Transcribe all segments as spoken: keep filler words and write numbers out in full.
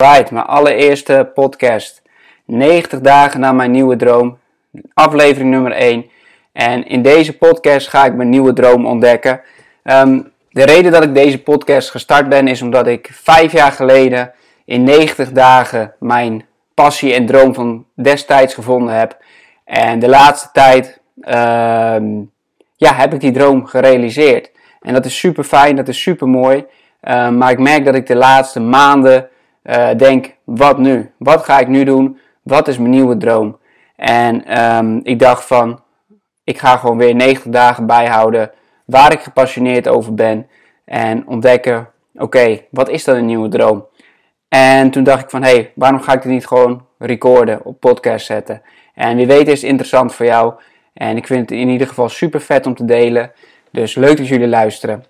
Right, mijn allereerste podcast. negentig dagen naar mijn nieuwe droom. Aflevering nummer één. En in deze podcast ga ik mijn nieuwe droom ontdekken. Um, de reden dat ik deze podcast gestart ben is omdat ik vijf jaar geleden in negentig dagen mijn passie en droom van destijds gevonden heb. En de laatste tijd um, ja, heb ik die droom gerealiseerd. En dat is super fijn, dat is super mooi. Uh, maar ik merk dat ik de laatste maanden uh, denk, wat nu? Wat ga ik nu doen? Wat is mijn nieuwe droom? En um, ik dacht van, ik ga gewoon weer negentig dagen bijhouden waar ik gepassioneerd over ben. En ontdekken, oké, okay, wat is dan een nieuwe droom? En toen dacht ik van, hé, hey, waarom ga ik dit niet gewoon recorden, op podcast zetten? En wie weet is het interessant voor jou. En ik vind het in ieder geval super vet om te delen. Dus leuk dat jullie luisteren.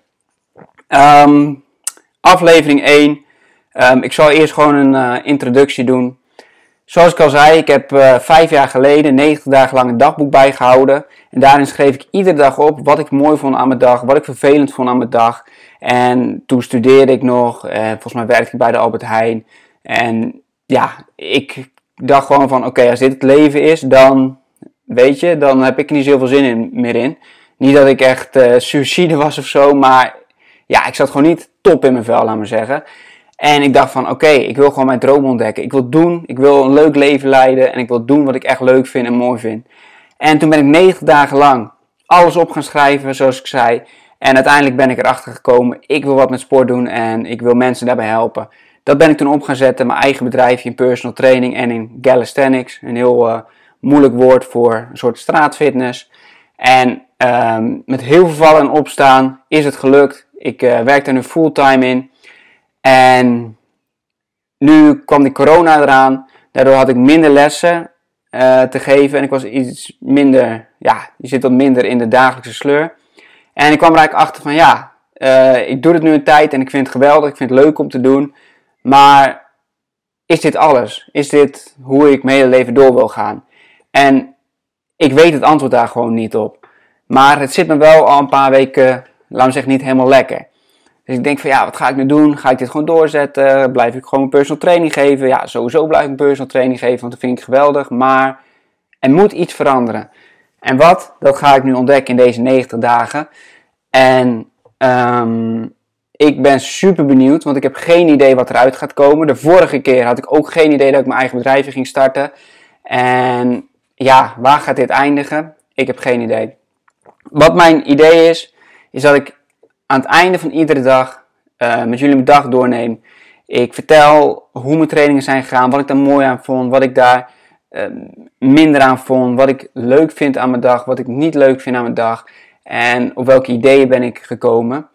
Um, aflevering één. Um, ik zal eerst gewoon een uh, introductie doen. Zoals ik al zei, ik heb uh, vijf jaar geleden negentig dagen lang een dagboek bijgehouden. En daarin schreef ik iedere dag op wat ik mooi vond aan mijn dag, wat ik vervelend vond aan mijn dag. En toen studeerde ik nog, en volgens mij werkte ik bij de Albert Heijn. En ja, ik dacht gewoon van, oké, okay, als dit het leven is, dan, weet je, dan heb ik er niet zoveel zin in, meer in. Niet dat ik echt uh, suïcide was of zo, maar ja, ik zat gewoon niet top in mijn vel, laat maar zeggen. En ik dacht van, oké, okay, ik wil gewoon mijn droom ontdekken. Ik wil doen, ik wil een leuk leven leiden en ik wil doen wat ik echt leuk vind en mooi vind. En toen ben ik negentig dagen lang alles op gaan schrijven, zoals ik zei. En uiteindelijk ben ik erachter gekomen, ik wil wat met sport doen en ik wil mensen daarbij helpen. Dat ben ik toen op gaan zetten, mijn eigen bedrijfje in personal training en in calisthenics. Een heel uh, moeilijk woord voor een soort straatfitness. En um, met heel veel vallen en opstaan is het gelukt. Ik uh, werk er nu fulltime in. En nu kwam die corona eraan. Daardoor had ik minder lessen uh, te geven. En ik was iets minder, ja, je zit wat minder in de dagelijkse sleur. En ik kwam er eigenlijk achter van, ja, uh, ik doe het nu een tijd en ik vind het geweldig. Ik vind het leuk om te doen. Maar is dit alles? Is dit hoe ik mijn hele leven door wil gaan? En ik weet het antwoord daar gewoon niet op. Maar het zit me wel al een paar weken, laat me zeggen, niet helemaal lekker. Dus ik denk van, ja, wat ga ik nu doen? Ga ik dit gewoon doorzetten? Blijf ik gewoon personal training geven? Ja, sowieso blijf ik personal training geven, want dat vind ik geweldig. Maar er moet iets veranderen. En wat? Dat ga ik nu ontdekken in deze negentig dagen. En um, ik ben super benieuwd, want ik heb geen idee wat eruit gaat komen. De vorige keer had ik ook geen idee dat ik mijn eigen bedrijfje ging starten. En ja, waar gaat dit eindigen? Ik heb geen idee. Wat mijn idee is, is dat ik aan het einde van iedere dag uh, met jullie mijn dag doorneem. Ik vertel hoe mijn trainingen zijn gegaan, wat ik daar mooi aan vond, wat ik daar uh, minder aan vond, wat ik leuk vind aan mijn dag, wat ik niet leuk vind aan mijn dag en op welke ideeën ben ik gekomen.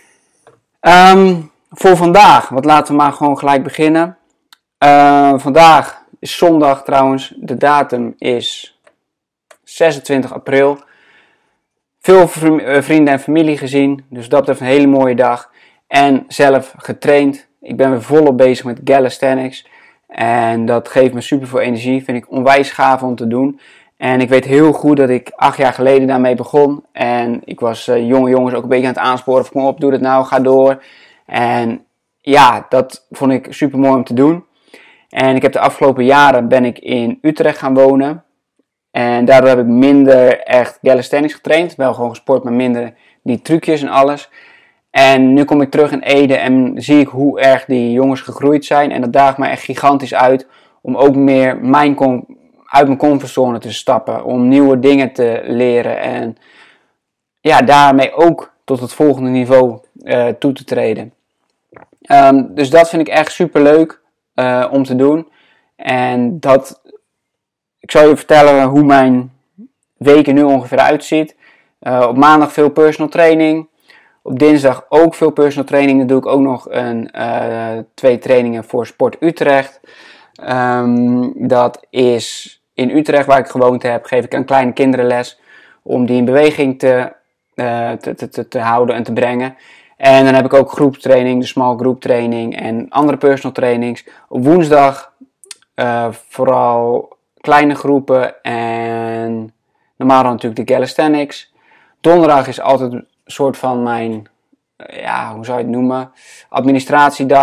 Um, voor vandaag, wat laten we maar gewoon gelijk beginnen. Uh, vandaag is zondag trouwens, de datum is zesentwintig april. Veel vrienden en familie gezien, dus dat betreft een hele mooie dag. En zelf getraind. Ik ben weer volop bezig met calisthenics. En dat geeft me super veel energie, vind ik onwijs gaaf om te doen. En ik weet heel goed dat ik acht jaar geleden daarmee begon. En ik was uh, jonge jongens ook een beetje aan het aansporen van, kom op, doe het nou, ga door. En ja, dat vond ik super mooi om te doen. En ik heb de afgelopen jaren ben ik in Utrecht gaan wonen. En daardoor heb ik minder echt calisthenics getraind. Wel gewoon gesport, maar minder die trucjes en alles. En nu kom ik terug in Ede en zie ik hoe erg die jongens gegroeid zijn. En dat daagt mij echt gigantisch uit om ook meer mijn com- uit mijn comfortzone te stappen. Om nieuwe dingen te leren en ja, daarmee ook tot het volgende niveau uh, toe te treden. Um, dus dat vind ik echt super leuk uh, om te doen. En dat... Ik zal je vertellen hoe mijn weken nu ongeveer uitziet. Uh, op maandag veel personal training. Op dinsdag ook veel personal training. Dan doe ik ook nog een, uh, twee trainingen voor Sport Utrecht. Um, dat is in Utrecht waar ik gewoond heb. Geef ik aan kleine kinderen les. Om die in beweging te, uh, te, te, te, te houden en te brengen. En dan heb ik ook groepstraining. De small group training. En andere personal trainings. Op woensdag uh, vooral... kleine groepen en normaal dan natuurlijk de calisthenics. Donderdag is altijd een soort van mijn, ja, hoe zou je het noemen, administratiedag.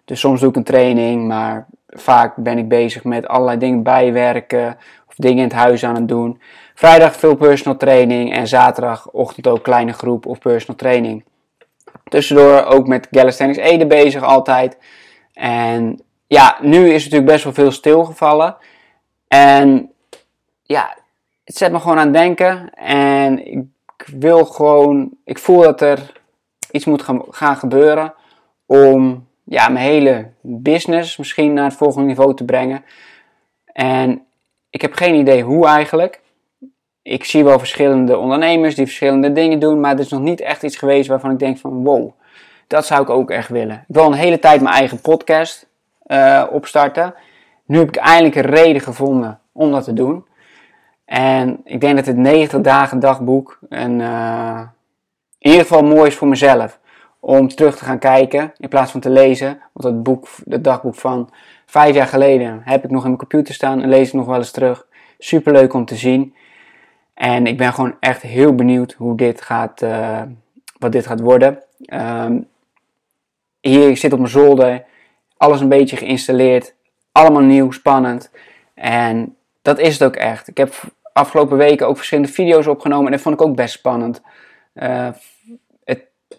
Dus soms doe ik een training, maar vaak ben ik bezig met allerlei dingen bijwerken of dingen in het huis aan het doen. Vrijdag veel personal training en zaterdagochtend ook kleine groep of personal training. Tussendoor ook met Calisthenics Ede bezig altijd. En ja, nu is natuurlijk best wel veel stilgevallen. En ja, het zet me gewoon aan het denken. En ik wil gewoon, ik voel dat er iets moet gaan, gaan gebeuren om ja, mijn hele business misschien naar het volgende niveau te brengen. En ik heb geen idee hoe eigenlijk. Ik zie wel verschillende ondernemers die verschillende dingen doen, maar het is nog niet echt iets geweest waarvan ik denk van wow, dat zou ik ook echt willen. Ik wil een hele tijd mijn eigen podcast uh, opstarten. Nu heb ik eindelijk een reden gevonden om dat te doen. En ik denk dat het negentig dagen dagboek een, uh, in ieder geval mooi is voor mezelf. Om terug te gaan kijken in plaats van te lezen. Want het, boek, het dagboek van vijf jaar geleden heb ik nog in mijn computer staan en lees ik nog wel eens terug. Superleuk om te zien. En ik ben gewoon echt heel benieuwd hoe dit gaat, uh, wat dit gaat worden. Um, hier, ik zit op mijn zolder. Alles een beetje geïnstalleerd. Allemaal nieuw, spannend. En dat is het ook echt. Ik heb afgelopen weken ook verschillende video's opgenomen. En dat vond ik ook best spannend. Uh, het,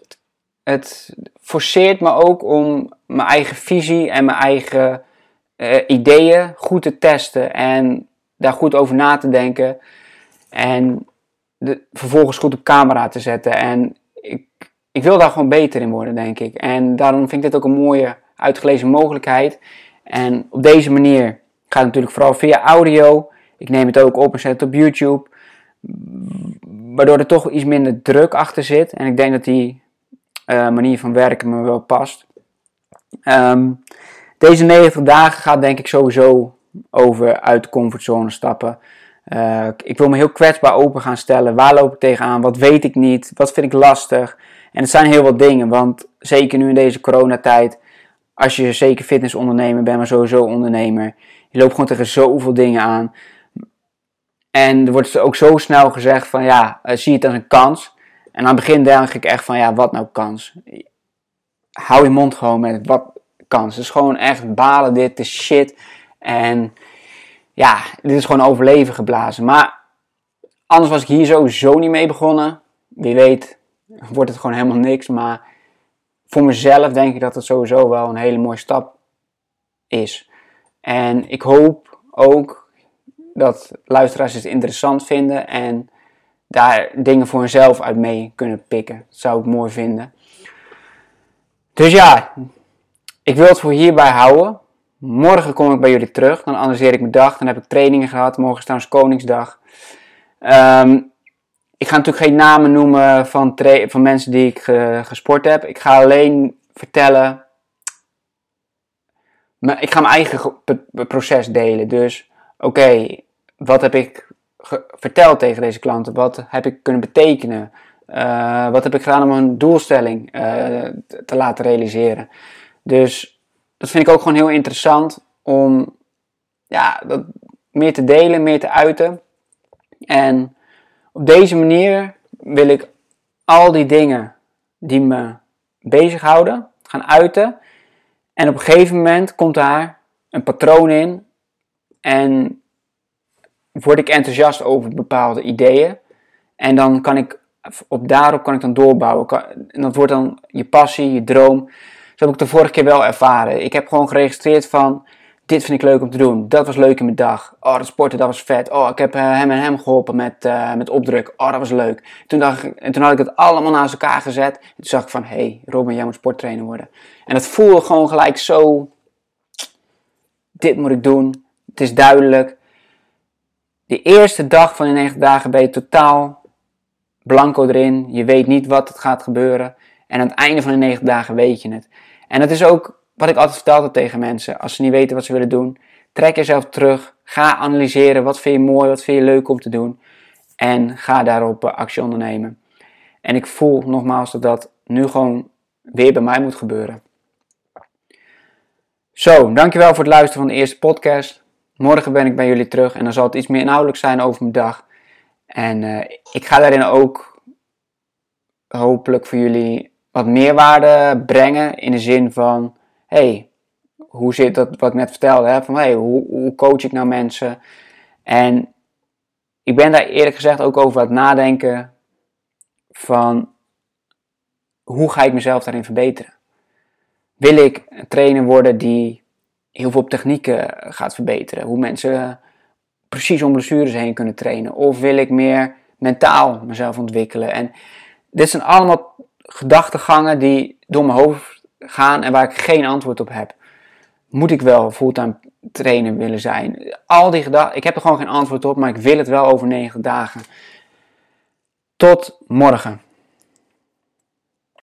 het forceert me ook om mijn eigen visie en mijn eigen uh, ideeën goed te testen. En daar goed over na te denken. En de, vervolgens goed op camera te zetten. En ik, ik wil daar gewoon beter in worden, denk ik. En daarom vind ik dit ook een mooie uitgelezen mogelijkheid. En op deze manier gaat het natuurlijk vooral via audio. Ik neem het ook op en zet het op YouTube. Waardoor er toch iets minder druk achter zit. En ik denk dat die uh, manier van werken me wel past. Um, deze negentig dagen gaat denk ik sowieso over uit de comfortzone stappen. Uh, ik wil me heel kwetsbaar open gaan stellen. Waar loop ik tegenaan? Wat weet ik niet? Wat vind ik lastig? En het zijn heel wat dingen. Want zeker nu in deze coronatijd. Als je zeker fitnessondernemer bent, maar sowieso ondernemer. Je loopt gewoon tegen zoveel dingen aan. En er wordt ook zo snel gezegd van ja, uh, zie het als een kans. En aan het begin denk ik echt van ja, wat nou kans? Hou je mond gewoon met wat kans. Het is gewoon echt balen, dit is shit. En ja, dit is gewoon overleven geblazen. Maar anders was ik hier sowieso niet mee begonnen. Wie weet wordt het gewoon helemaal niks. Maar voor mezelf denk ik dat het sowieso wel een hele mooie stap is. En ik hoop ook dat luisteraars het interessant vinden. En daar dingen voor hunzelf uit mee kunnen pikken. Dat zou ik mooi vinden. Dus ja, ik wil het voor hierbij houden. Morgen kom ik bij jullie terug. Dan analyseer ik mijn dag. Dan heb ik trainingen gehad. Morgen is trouwens Koningsdag. Um, ik ga natuurlijk geen namen noemen van, tra- van mensen die ik uh, gesport heb. Ik ga alleen vertellen. Maar ik ga mijn eigen ge- proces delen. Dus oké, okay, wat heb ik ge- verteld tegen deze klanten? Wat heb ik kunnen betekenen? Uh, wat heb ik gedaan om een doelstelling uh, te laten realiseren? Dus dat vind ik ook gewoon heel interessant om ja, dat meer te delen, meer te uiten. En op deze manier wil ik al die dingen die me bezighouden gaan uiten. En op een gegeven moment komt daar een patroon in en word ik enthousiast over bepaalde ideeën. En dan kan ik op daarop kan ik dan doorbouwen. En dat wordt dan je passie, je droom. Zo heb ik de vorige keer wel ervaren. Ik heb gewoon geregistreerd van, dit vind ik leuk om te doen. Dat was leuk in mijn dag. Oh, dat sporten, dat was vet. Oh, ik heb uh, hem en hem geholpen met, uh, met opdruk. Oh, dat was leuk. Toen, dacht ik, en toen had ik het allemaal naast elkaar gezet. En toen zag ik van, hé, hey, Robin, jij moet sporttrainer worden. En dat voelde gewoon gelijk zo, dit moet ik doen. Het is duidelijk. De eerste dag van die negentig dagen ben je totaal blanco erin. Je weet niet wat het gaat gebeuren. En aan het einde van de negentig dagen weet je het. En dat is ook wat ik altijd vertel tegen mensen. Als ze niet weten wat ze willen doen. Trek jezelf terug. Ga analyseren. Wat vind je mooi? Wat vind je leuk om te doen? En ga daarop actie ondernemen. En ik voel nogmaals dat dat nu gewoon weer bij mij moet gebeuren. Zo, dankjewel voor het luisteren van de eerste podcast. Morgen ben ik bij jullie terug. En dan zal het iets meer inhoudelijk zijn over mijn dag. En uh, ik ga daarin ook hopelijk voor jullie wat meerwaarde brengen. In de zin van, hey, hoe zit dat, wat ik net vertelde, hè? Van hey, hoe, hoe coach ik nou mensen? En ik ben daar eerlijk gezegd ook over aan het nadenken van hoe ga ik mezelf daarin verbeteren? Wil ik een trainer worden die heel veel op technieken gaat verbeteren? Hoe mensen precies om blessures heen kunnen trainen? Of wil ik meer mentaal mezelf ontwikkelen? En dit zijn allemaal gedachtegangen die door mijn hoofd gaan en waar ik geen antwoord op heb. Moet ik wel fulltime trainer willen zijn? Al die gedachten, ik heb er gewoon geen antwoord op, maar ik wil het wel over negen dagen. Tot morgen.